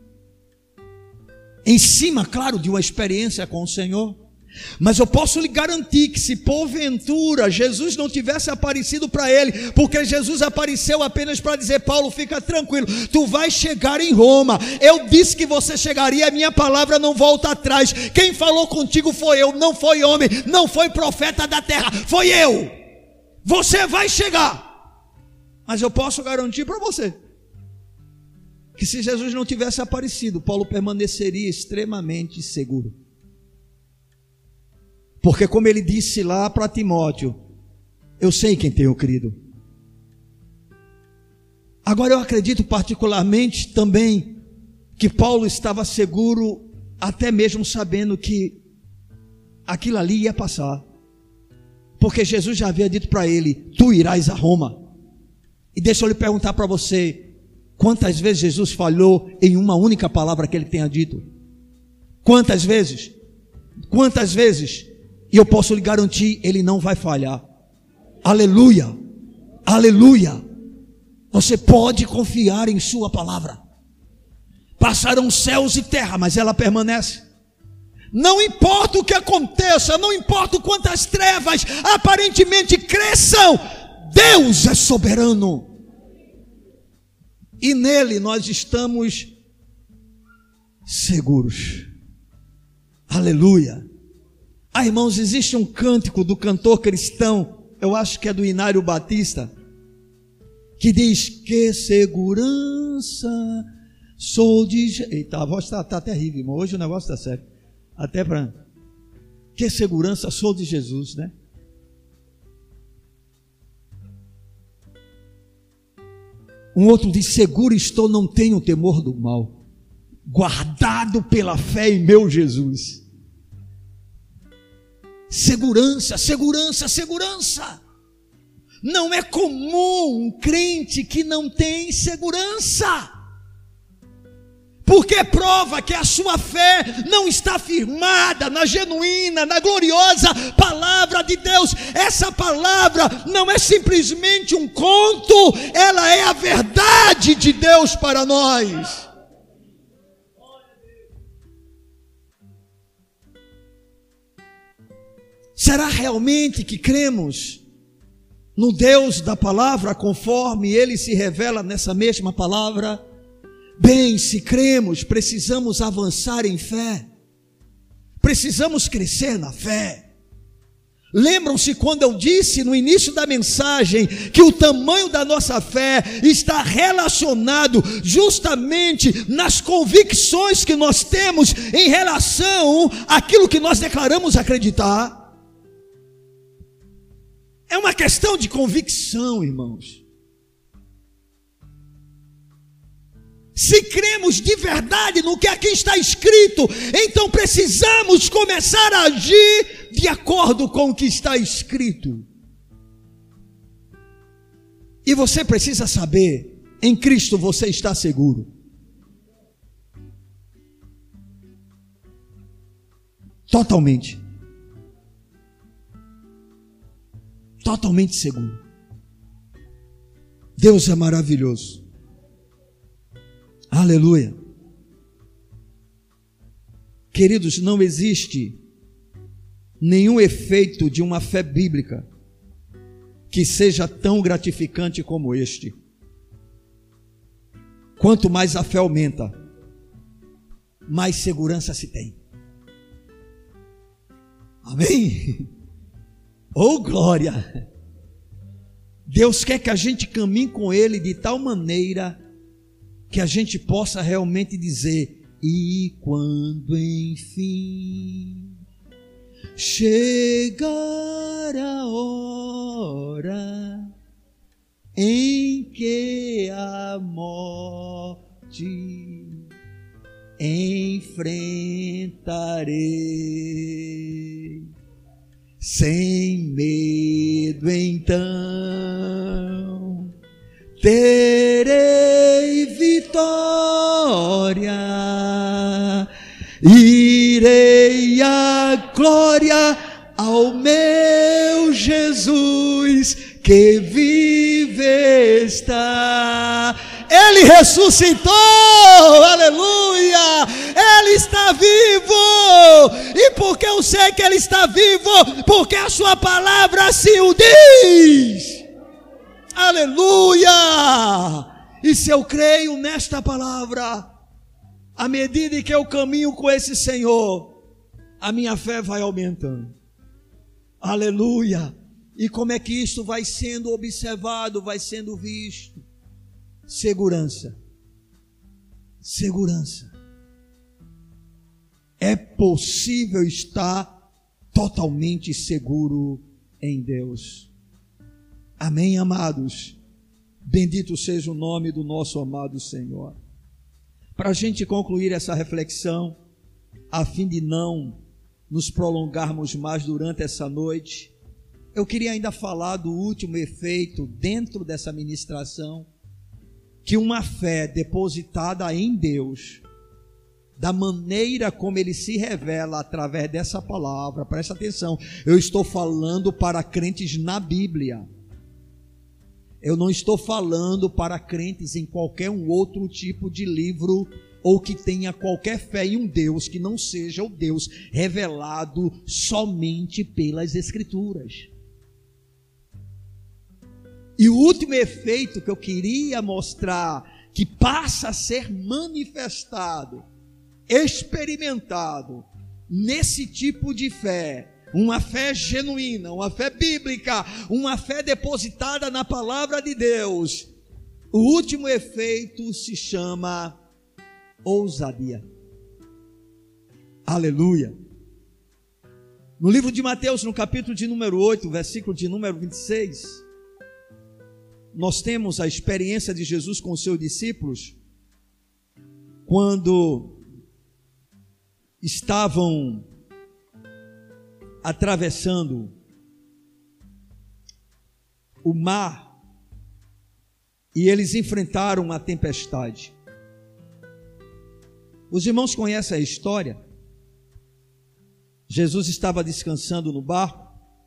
Speaker 2: Em cima, claro, de uma experiência com o Senhor. Mas eu posso lhe garantir que se porventura Jesus não tivesse aparecido para ele, porque Jesus apareceu apenas para dizer: Paulo, fica tranquilo, tu vais chegar em Roma. Eu disse que você chegaria, a minha palavra não volta atrás. Quem falou contigo foi eu, não foi homem, não foi profeta da terra, foi eu. Você vai chegar. Mas eu posso garantir para você que se Jesus não tivesse aparecido, Paulo permaneceria extremamente seguro. Porque como ele disse lá para Timóteo, eu sei quem tenho crido. Agora eu acredito particularmente também que Paulo estava seguro, até mesmo sabendo que aquilo ali ia passar. Porque Jesus já havia dito para ele: tu irás a Roma. E deixa eu lhe perguntar para você, quantas vezes Jesus falhou em uma única palavra que ele tenha dito? Quantas vezes? Quantas vezes? E eu posso lhe garantir, ele não vai falhar. Aleluia, aleluia. Você pode confiar em sua palavra. Passarão céus e terra, mas ela permanece. Não importa o que aconteça, não importa quantas trevas aparentemente cresçam, Deus é soberano. E nele nós estamos seguros. Aleluia. Ah, irmãos, existe um cântico do cantor cristão, eu acho que é do Inário Batista, que diz: que segurança sou de... Eita, a voz está terrível, irmão. Hoje o negócio está sério. Até para... Que segurança sou de Jesus, né? Um outro diz: seguro estou, não tenho temor do mal, guardado pela fé em meu Jesus. Segurança, segurança, segurança. Não é comum um crente que não tem segurança, porque prova que a sua fé não está firmada na genuína, na gloriosa palavra de Deus. Essa palavra não é simplesmente um conto, ela é a verdade de Deus para nós. Será realmente que cremos no Deus da palavra conforme Ele se revela nessa mesma palavra? Bem, se cremos, precisamos avançar em fé, precisamos crescer na fé. Lembram-se quando eu disse no início da mensagem que o tamanho da nossa fé está relacionado justamente nas convicções que nós temos em relação àquilo que nós declaramos acreditar? É uma questão de convicção, irmãos. Se cremos de verdade no que aqui está escrito, então precisamos começar a agir de acordo com o que está escrito. E você precisa saber, em Cristo você está seguro. Totalmente. Totalmente seguro. Deus é maravilhoso. Aleluia. Queridos, não existe nenhum efeito de uma fé bíblica que seja tão gratificante como este. Quanto mais a fé aumenta, mais segurança se tem. Amém? Oh, glória! Deus quer que a gente caminhe com Ele de tal maneira que a gente possa realmente dizer: e quando enfim chegar a hora em que a morte enfrentarei, sem medo então terei vitória, irei à glória ao meu Jesus que vive está. Ele ressuscitou, aleluia, Ele está vivo. E porque eu sei que Ele está vivo? Porque a sua palavra assim o diz, aleluia. E se eu creio nesta palavra, à medida que eu caminho com esse Senhor, a minha fé vai aumentando, aleluia. E como é que isso vai sendo observado, vai sendo visto? Segurança. Segurança. É possível estar totalmente seguro em Deus. Amém, amados? Bendito seja o nome do nosso amado Senhor. Para a gente concluir essa reflexão, a fim de não nos prolongarmos mais durante essa noite, eu queria ainda falar do último efeito dentro dessa ministração, que uma fé depositada em Deus, da maneira como Ele se revela através dessa palavra, presta atenção, eu estou falando para crentes na Bíblia, eu não estou falando para crentes em qualquer um outro tipo de livro ou que tenha qualquer fé em um Deus que não seja o Deus revelado somente pelas Escrituras. E o último efeito que eu queria mostrar, que passa a ser manifestado, experimentado nesse tipo de fé, uma fé genuína, uma fé bíblica, uma fé depositada na palavra de Deus. O último efeito se chama ousadia. Aleluia. No livro de Mateus, no capítulo de número 8, versículo de número 26, nós temos a experiência de Jesus com os seus discípulos, quando estavam atravessando o mar e eles enfrentaram uma tempestade. Os irmãos conhecem a história. Jesus estava descansando no barco,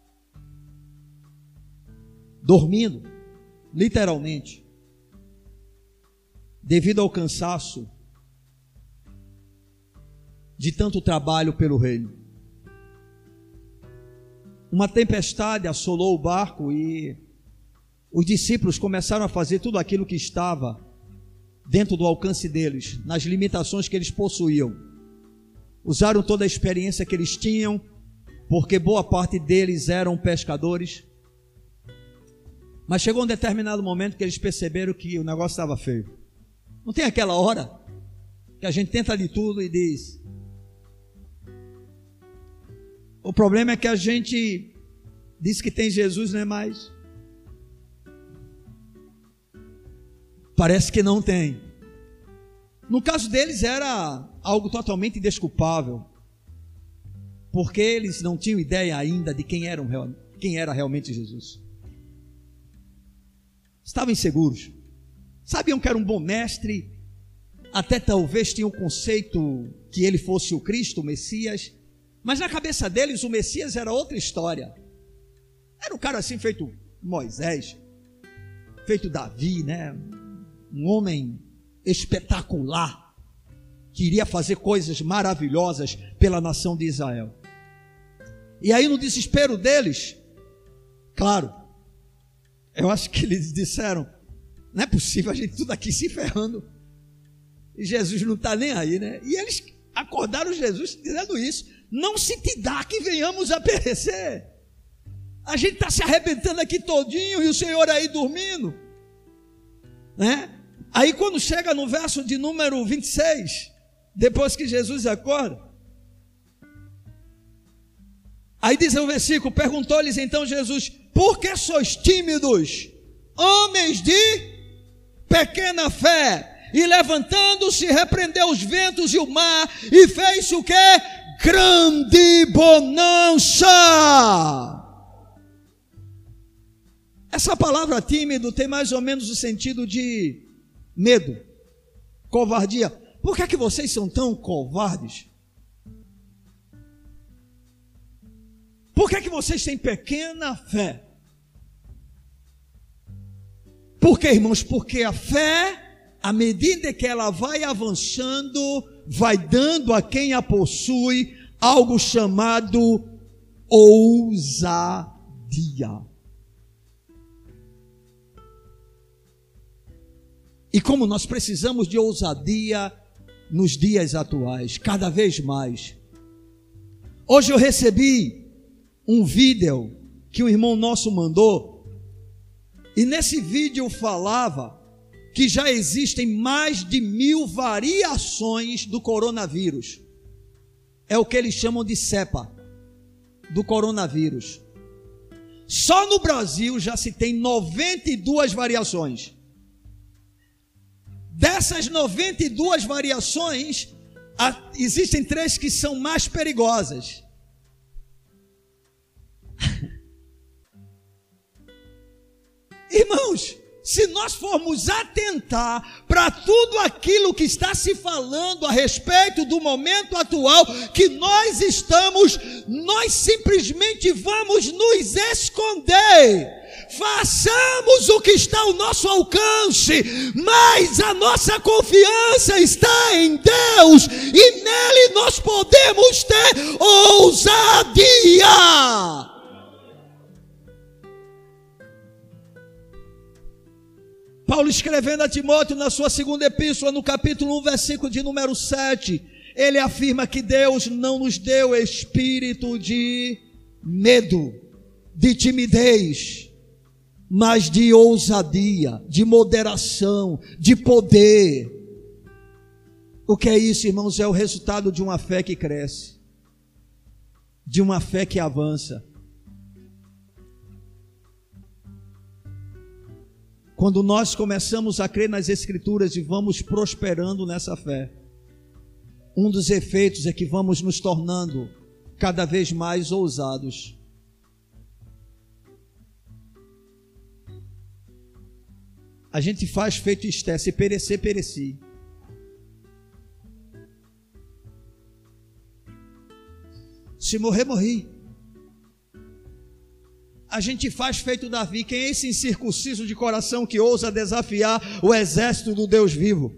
Speaker 2: dormindo, literalmente, devido ao cansaço de tanto trabalho pelo reino. Uma tempestade assolou o barco e os discípulos começaram a fazer tudo aquilo que estava dentro do alcance deles, nas limitações que eles possuíam. Usaram toda a experiência que eles tinham, porque boa parte deles eram pescadores. Mas chegou um determinado momento que eles perceberam que o negócio estava feio. Não tem aquela hora que a gente tenta de tudo e diz: o problema é que a gente diz que tem Jesus, não é mais. Parece que não tem. No caso deles era algo totalmente indesculpável, porque eles não tinham ideia ainda de quem era realmente Jesus. Estavam inseguros. Sabiam que era um bom mestre, até talvez tinham o conceito que ele fosse o Cristo, o Messias, mas na cabeça deles o Messias era outra história. Era um cara assim feito Moisés, feito Davi, né? Um homem espetacular, que iria fazer coisas maravilhosas pela nação de Israel. E aí no desespero deles, claro, eu acho que eles disseram: não é possível, a gente tudo aqui se ferrando, e Jesus não está nem aí, né? E eles acordaram Jesus dizendo isso: não se te dá que venhamos a perecer. A gente está se arrebentando aqui todinho e o Senhor aí dormindo, né? Aí quando chega no verso de número 26, depois que Jesus acorda, aí diz o versículo: perguntou-lhes então Jesus: por que sois tímidos, homens de pequena fé? E levantando-se, repreendeu os ventos e o mar, e fez o que? Grande bonança. Essa palavra tímido tem mais ou menos o sentido de medo, covardia. Por que é que vocês são tão covardes? Por que é que vocês têm pequena fé? Por que, irmãos? Porque a fé, à medida que ela vai avançando, vai dando a quem a possui algo chamado ousadia. E como nós precisamos de ousadia nos dias atuais, cada vez mais. Hoje eu recebi um vídeo que um irmão nosso mandou, e nesse vídeo falava que já existem mais de 1000 variações do coronavírus. É o que eles chamam de cepa do coronavírus. Só no Brasil já se tem 92 variações. Dessas 92 variações, existem 3 que são mais perigosas. Irmãos, se nós formos atentar para tudo aquilo que está se falando a respeito do momento atual que nós estamos, nós simplesmente vamos nos esconder, façamos o que está ao nosso alcance, mas a nossa confiança está em Deus, e nele nós podemos ter ousadia. Paulo, escrevendo a Timóteo na sua segunda epístola, no capítulo 1, versículo de número 7, ele afirma que Deus não nos deu espírito de medo, de timidez, mas de ousadia, de moderação, de poder. O que é isso, irmãos? É o resultado de uma fé que cresce, de uma fé que avança. Quando nós começamos a crer nas Escrituras e vamos prosperando nessa fé, um dos efeitos é que vamos nos tornando cada vez mais ousados. A gente faz feito Esté, se perecer, pereci. Se morrer, morri. A gente faz feito Davi. Quem é esse incircunciso de coração que ousa desafiar o exército do Deus vivo?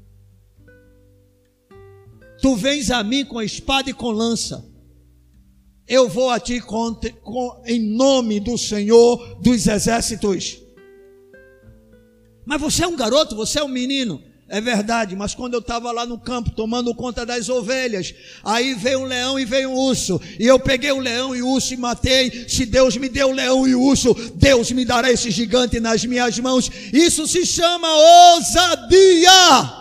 Speaker 2: Tu vens a mim com espada e com lança, eu vou a ti em nome do Senhor dos exércitos. Mas você é um garoto, você é um menino. É verdade, mas quando eu estava lá no campo tomando conta das ovelhas, aí veio um leão e veio um urso, e eu peguei o leão e o urso e matei. Se Deus me deu o leão e o urso, Deus me dará esse gigante nas minhas mãos. Isso se chama ousadia.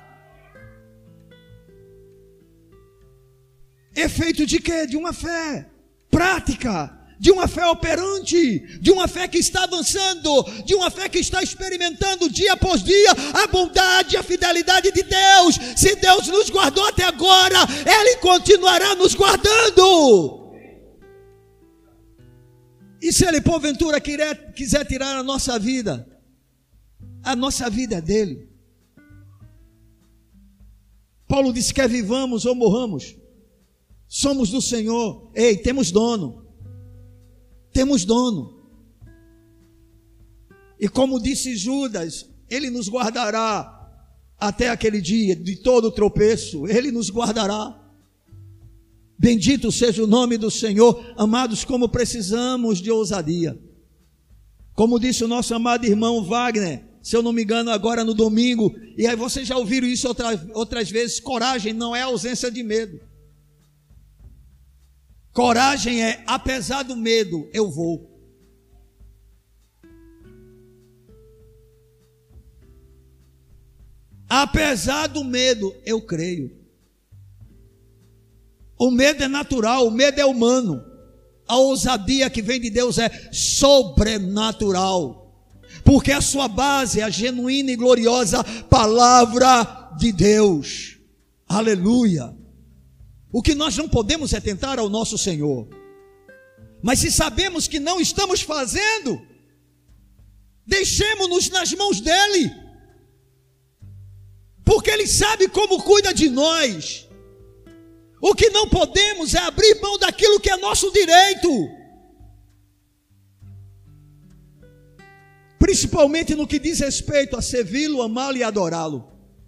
Speaker 2: É feito de quê? De uma fé prática, de uma fé operante, de uma fé que está avançando, de uma fé que está experimentando dia após dia a bondade e a fidelidade de Deus. Se Deus nos guardou até agora, Ele continuará nos guardando. E se Ele porventura quiser tirar a nossa vida é dele. Paulo disse: quer vivamos ou morramos, somos do Senhor. Ei, temos dono. Temos dono. E como disse Judas, Ele nos guardará até aquele dia de todo tropeço. Ele nos guardará. Bendito seja o nome do Senhor. Amados, como precisamos de ousadia. Como disse o nosso amado irmão Wagner, se eu não me engano, agora no domingo, e aí vocês já ouviram isso outras vezes: coragem não é ausência de medo. Coragem é, apesar do medo, eu vou. Apesar do medo, eu creio. O medo é natural, o medo é humano. A ousadia que vem de Deus é sobrenatural, porque a sua base é a genuína e gloriosa palavra de Deus. Aleluia. O que nós não podemos é tentar ao nosso Senhor. Mas se sabemos que não estamos fazendo, deixemos-nos nas mãos dEle, porque Ele sabe como cuida de nós. O que não podemos é abrir mão daquilo que é nosso direito, principalmente no que diz respeito a servi-lo, amá-lo e adorá-lo.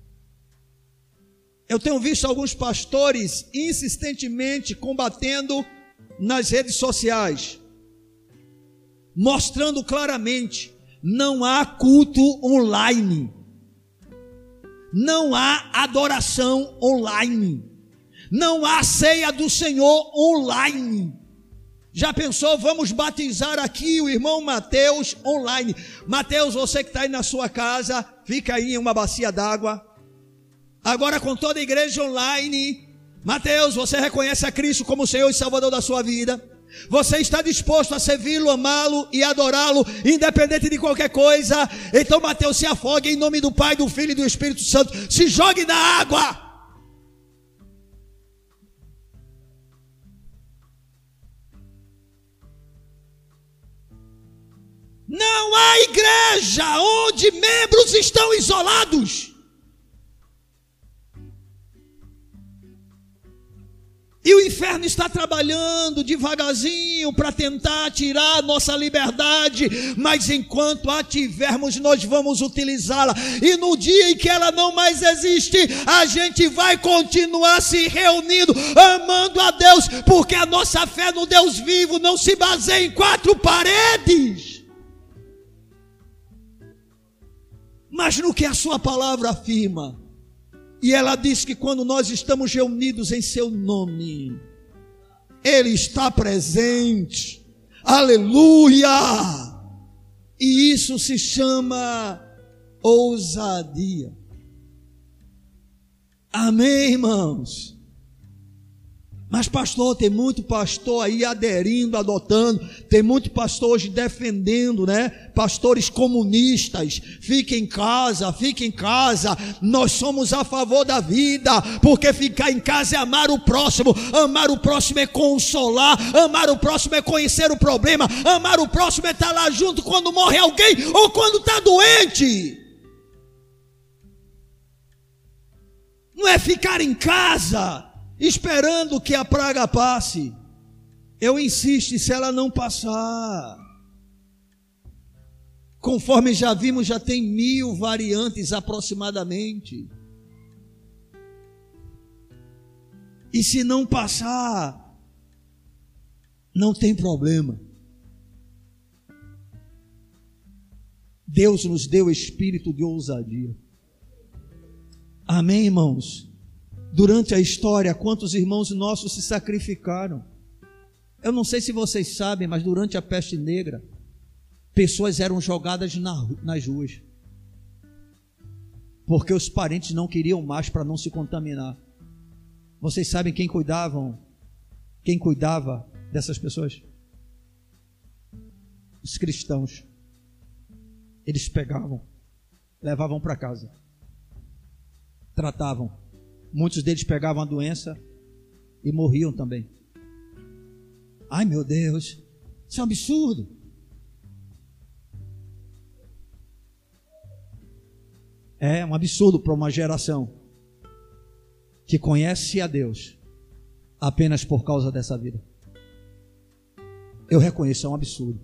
Speaker 2: Eu tenho visto alguns pastores insistentemente combatendo nas redes sociais, mostrando claramente: não há culto online, não há adoração online, não há ceia do Senhor online. Já pensou? Vamos batizar aqui o irmão Mateus online. Mateus, você que está aí na sua casa, fica aí em uma bacia d'água. Agora com toda a igreja online. Mateus, você reconhece a Cristo como Senhor e Salvador da sua vida? Você está disposto a servi-lo, amá-lo e adorá-lo, independente de qualquer coisa? Então Mateus, se afogue em nome do Pai, do Filho e do Espírito Santo. Se jogue na água. Não há igreja onde membros estão isolados. E o inferno está trabalhando devagarzinho para tentar tirar a nossa liberdade, mas enquanto a tivermos, nós vamos utilizá-la. E no dia em que ela não mais existe, a gente vai continuar se reunindo, amando a Deus, porque a nossa fé no Deus vivo não se baseia em quatro paredes, mas no que a sua palavra afirma. E ela diz que quando nós estamos reunidos em seu nome, Ele está presente. Aleluia! E isso se chama ousadia. Amém, irmãos? Mas pastor, tem muito pastor aí aderindo, adotando, tem muito pastor hoje defendendo, né? Pastores comunistas, fique em casa, nós somos a favor da vida, porque ficar em casa é amar o próximo é consolar, amar o próximo é conhecer o problema, amar o próximo é estar lá junto quando morre alguém ou quando está doente. Não é ficar em casa esperando que a praga passe. Eu insisto, se ela não passar, conforme já vimos, já tem 1000 variantes aproximadamente. E se não passar, não tem problema. Deus nos deu espírito de ousadia. Amém, irmãos? Durante a história, quantos irmãos nossos se sacrificaram? Eu não sei se vocês sabem, mas durante a peste negra, pessoas eram jogadas nas ruas, porque os parentes não queriam mais para não se contaminar. Vocês sabem quem cuidava dessas pessoas? Os cristãos. Eles pegavam, levavam para casa, tratavam. Muitos deles pegavam a doença e morriam também. Ai, meu Deus, isso é um absurdo. É um absurdo para uma geração que conhece a Deus apenas por causa dessa vida. Eu reconheço, é um absurdo.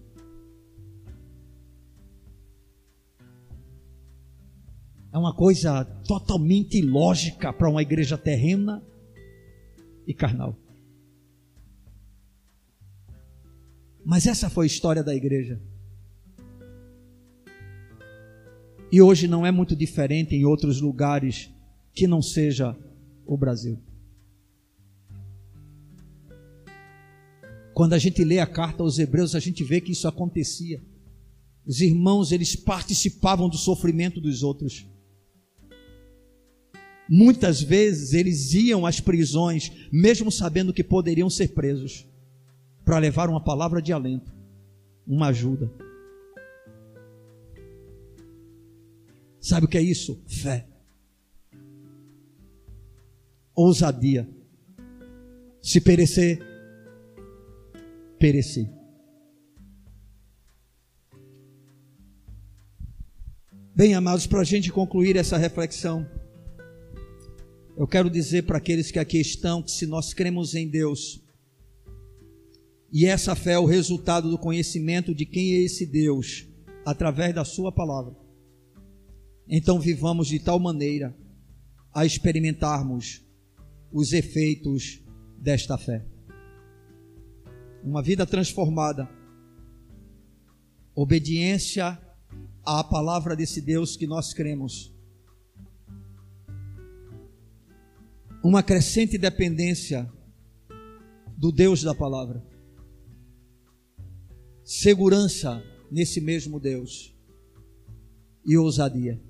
Speaker 2: É uma coisa totalmente ilógica para uma igreja terrena e carnal. Mas essa foi a história da igreja. E hoje não é muito diferente em outros lugares que não seja o Brasil. Quando a gente lê a carta aos Hebreus, a gente vê que isso acontecia. Os irmãos, eles participavam do sofrimento dos outros. Muitas vezes eles iam às prisões, mesmo sabendo que poderiam ser presos, para levar uma palavra de alento, uma ajuda. Sabe o que é isso? Fé, ousadia. Se perecer, pereci. Bem, amados, para a gente concluir essa reflexão, eu quero dizer para aqueles que aqui estão, que se nós cremos em Deus, e essa fé é o resultado do conhecimento de quem é esse Deus, através da sua palavra, então vivamos de tal maneira a experimentarmos os efeitos desta fé. Uma vida transformada, obediência à palavra desse Deus que nós cremos, uma crescente dependência do Deus da palavra, segurança nesse mesmo Deus e ousadia.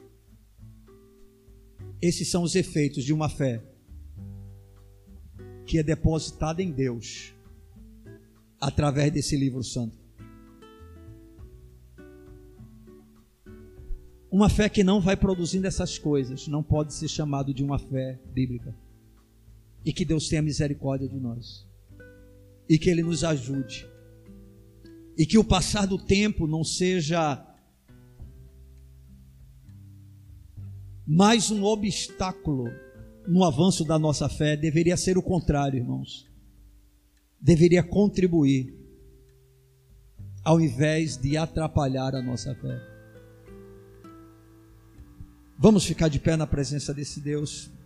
Speaker 2: Esses são os efeitos de uma fé que é depositada em Deus através desse livro santo. Uma fé que não vai produzindo essas coisas não pode ser chamado de uma fé bíblica. E que Deus tenha misericórdia de nós, e que Ele nos ajude, e que o passar do tempo não seja mais um obstáculo no avanço da nossa fé, deveria ser o contrário, irmãos. Deveria contribuir, ao invés de atrapalhar a nossa fé. Vamos ficar de pé na presença desse Deus.